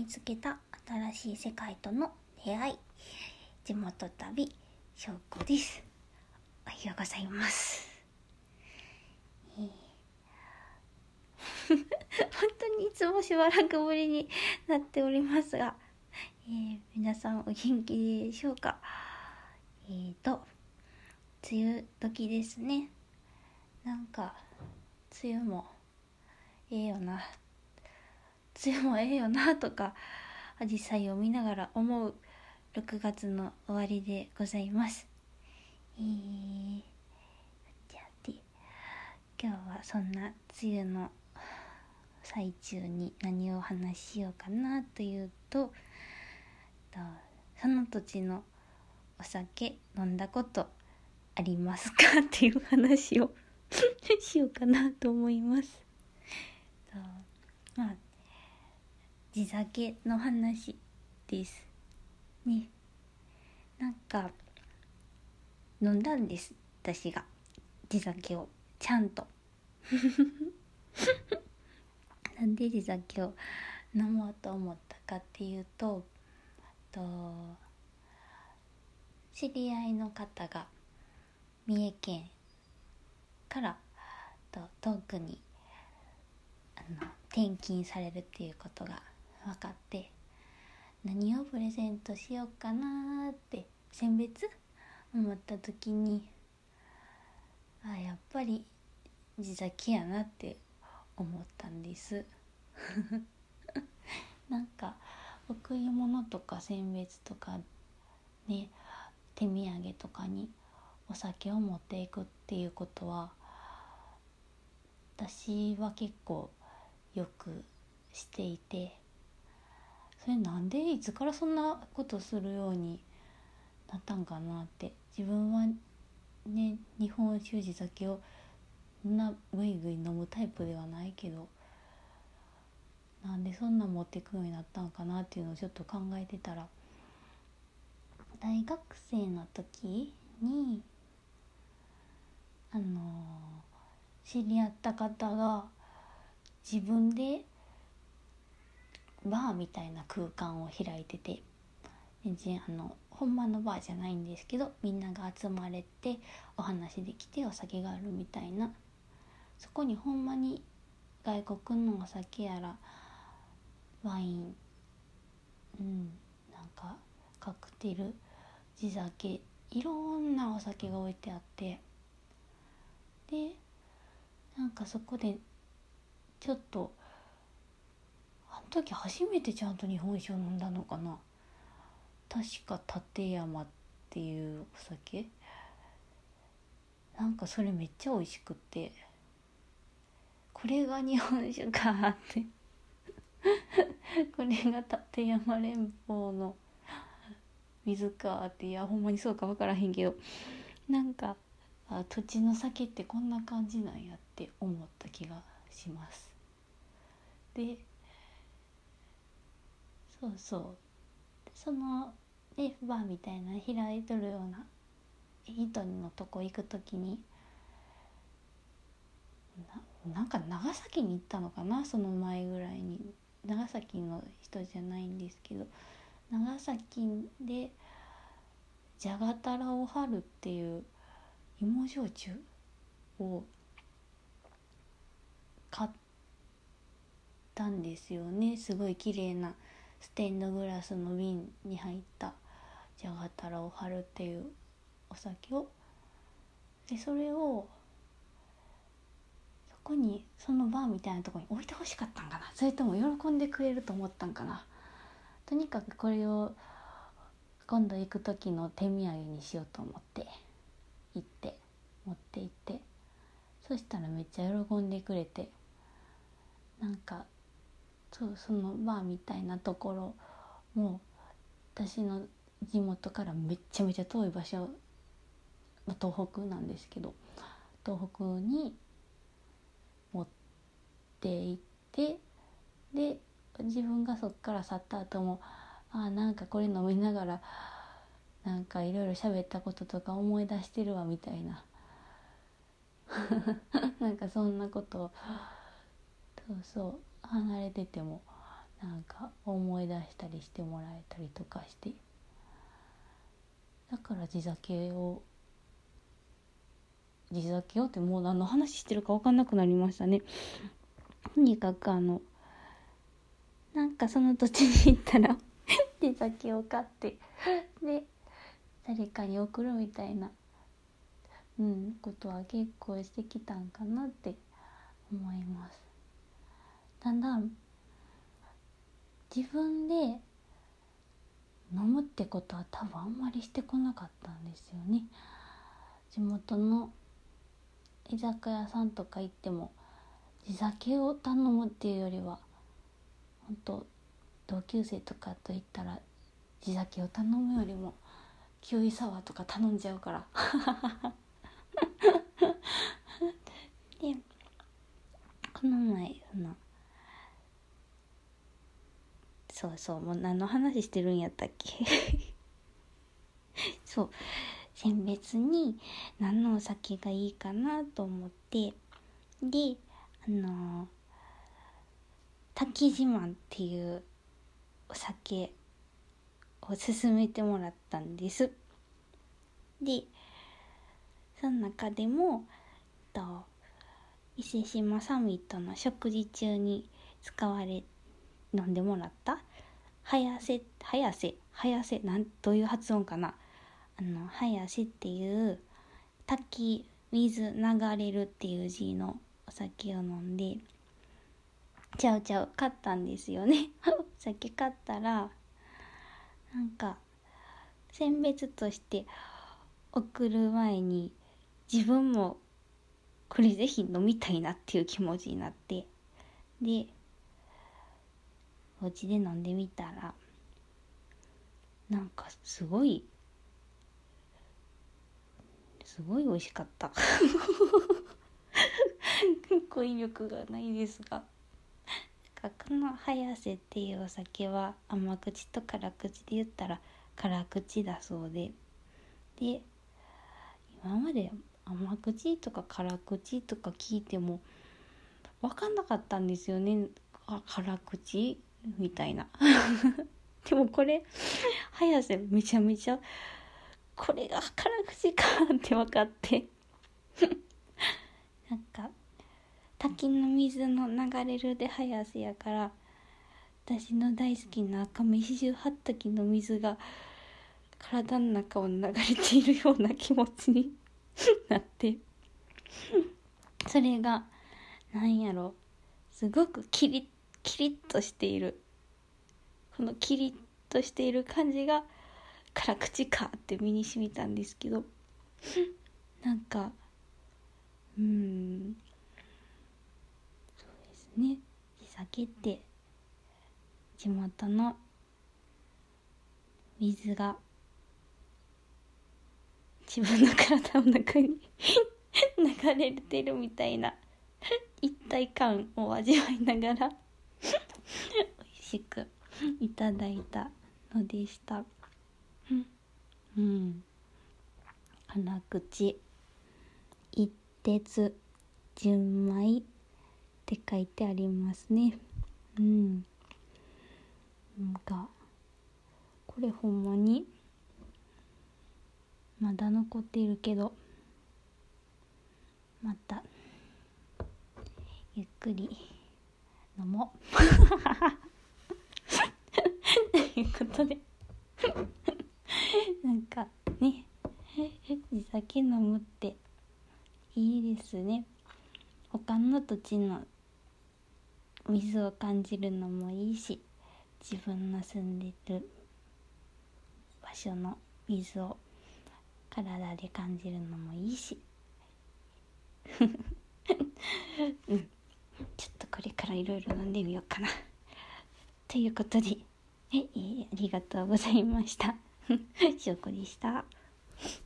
見つけた新しい世界との出会い、地元旅しょうこです。おはようございます。本当にいつもしばらくぶりになっておりますが、皆さんお元気でしょうか。梅雨時ですね。なんか梅雨もええよなとか、アジサイを見ながら思う6月の終わりでございます。今日はそんな梅雨の最中に何をお話ししようかなというと、その土地のお酒飲んだことありますかっていう話をしようかなと思います。地酒の話ですね。なんか飲んだんです、私が地酒をちゃんとなんで地酒を飲もうと思ったかっていうと、知り合いの方が三重県から遠くに転勤されるっていうことが分かって、何をプレゼントしようかなって選別思った時に、やっぱり地酒やなって思ったんですなんか贈り物とか選別とかね、手土産とかにお酒を持っていくっていうことは私は結構よくしていて、それなんでいつからそんなことするようになったんかなって。自分はね、日本酒地酒をぐいぐい飲むタイプではないけど、なんでそんな持っていくようになったんかなっていうのをちょっと考えてたら、大学生の時に知り合った方が自分でバーみたいな空間を開いてて、全然ほんまのバーじゃないんですけど、みんなが集まれてお話できてお酒があるみたいな、そこにほんまに外国のお酒やらワイン、なんかカクテル、地酒、いろんなお酒が置いてあって、でなんかそこでちょっとあの時初めてちゃんと日本酒を飲んだのかな。確か立山っていうお酒、なんかそれめっちゃ美味しくって、これが日本酒かってこれが立山連峰の水かって、いやほんまにそうか分からへんけど、なんか土地の酒ってこんな感じなんやって思った気がします。でそのバーみたいな開いとるような人のとこ行くときに、なんか長崎に行ったのかな、その前ぐらいに。長崎の人じゃないんですけど、長崎でじゃがたらを張るっていう芋焼酎を買ったんですよね。すごい綺麗なステンドグラスの瓶に入ったじゃがたらを張るっていうお酒を、でそれをそこに、そのバーみたいなところに置いてほしかったんかな、それとも喜んでくれると思ったんかな。とにかくこれを今度行く時の手土産にしようと思って持って行って、そしたらめっちゃ喜んでくれて、なんかそのバーみたいなところも私の地元からめちゃめちゃ遠い場所、東北なんですけど、東北に持って行って、で自分がそっから去った後も、なんかこれ飲みながらなんかいろいろ喋ったこととか思い出してるわみたいななんかそんなことを離れててもなんか思い出したりしてもらえたりとかして、だから地酒をってもう何の話してるか分かんなくなりましたね。とにかくなんかその土地に行ったら地酒を買ってで誰かに送るみたいな、ことは結構してきたんかなって思います。だんだん自分で飲むってことは多分あんまりしてこなかったんですよね。地元の居酒屋さんとか行っても地酒を頼むっていうよりは、本当同級生とかと言ったら地酒を頼むよりもキウイサワーとか頼んじゃうからでこの前そうもう何の話してるんやったっけそう選別に何のお酒がいいかなと思って、で滝自慢っていうお酒を勧めてもらったんです。でその中でも伊勢志摩サミットの食事中に飲んでもらった早瀬どういう発音かな、早瀬っていう滝水流れるっていう字のお酒を飲んで買ったんですよねお酒買ったらなんか選別として送る前に自分もこれぜひ飲みたいなっていう気持ちになって、でお家で飲んでみたらなんかすごい美味しかった語彙力がないですが、この早瀬っていうお酒は甘口と辛口で言ったら辛口だそうで、今まで甘口とか辛口とか聞いても分かんなかったんですよね。辛口みたいなでもこれ早瀬めちゃめちゃこれが辛口かって分かってなんか滝の水の流れるで早瀬やから、私の大好きな赤目四十八滝の水が体の中を流れているような気持ちになってそれがなんやろ、すごくキリッとしている、このキリッとしている感じが辛口かって身に染みたんですけどなんかそうですね、地酒って地元の水が自分の体の中に流れてるみたいな一体感を味わいながら美味しくいただいたのでした。辛口一徹純米って書いてありますね。なんかこれほんまにまだ残っているけど、またゆっくり飲もうということでなんかね地酒飲むっていいですね。他の土地の水を感じるのもいいし、自分の住んでる場所の水を体で感じるのもいいしちょっとこれからいろいろ飲んでみようかなということでありがとうございましたしょうこでした。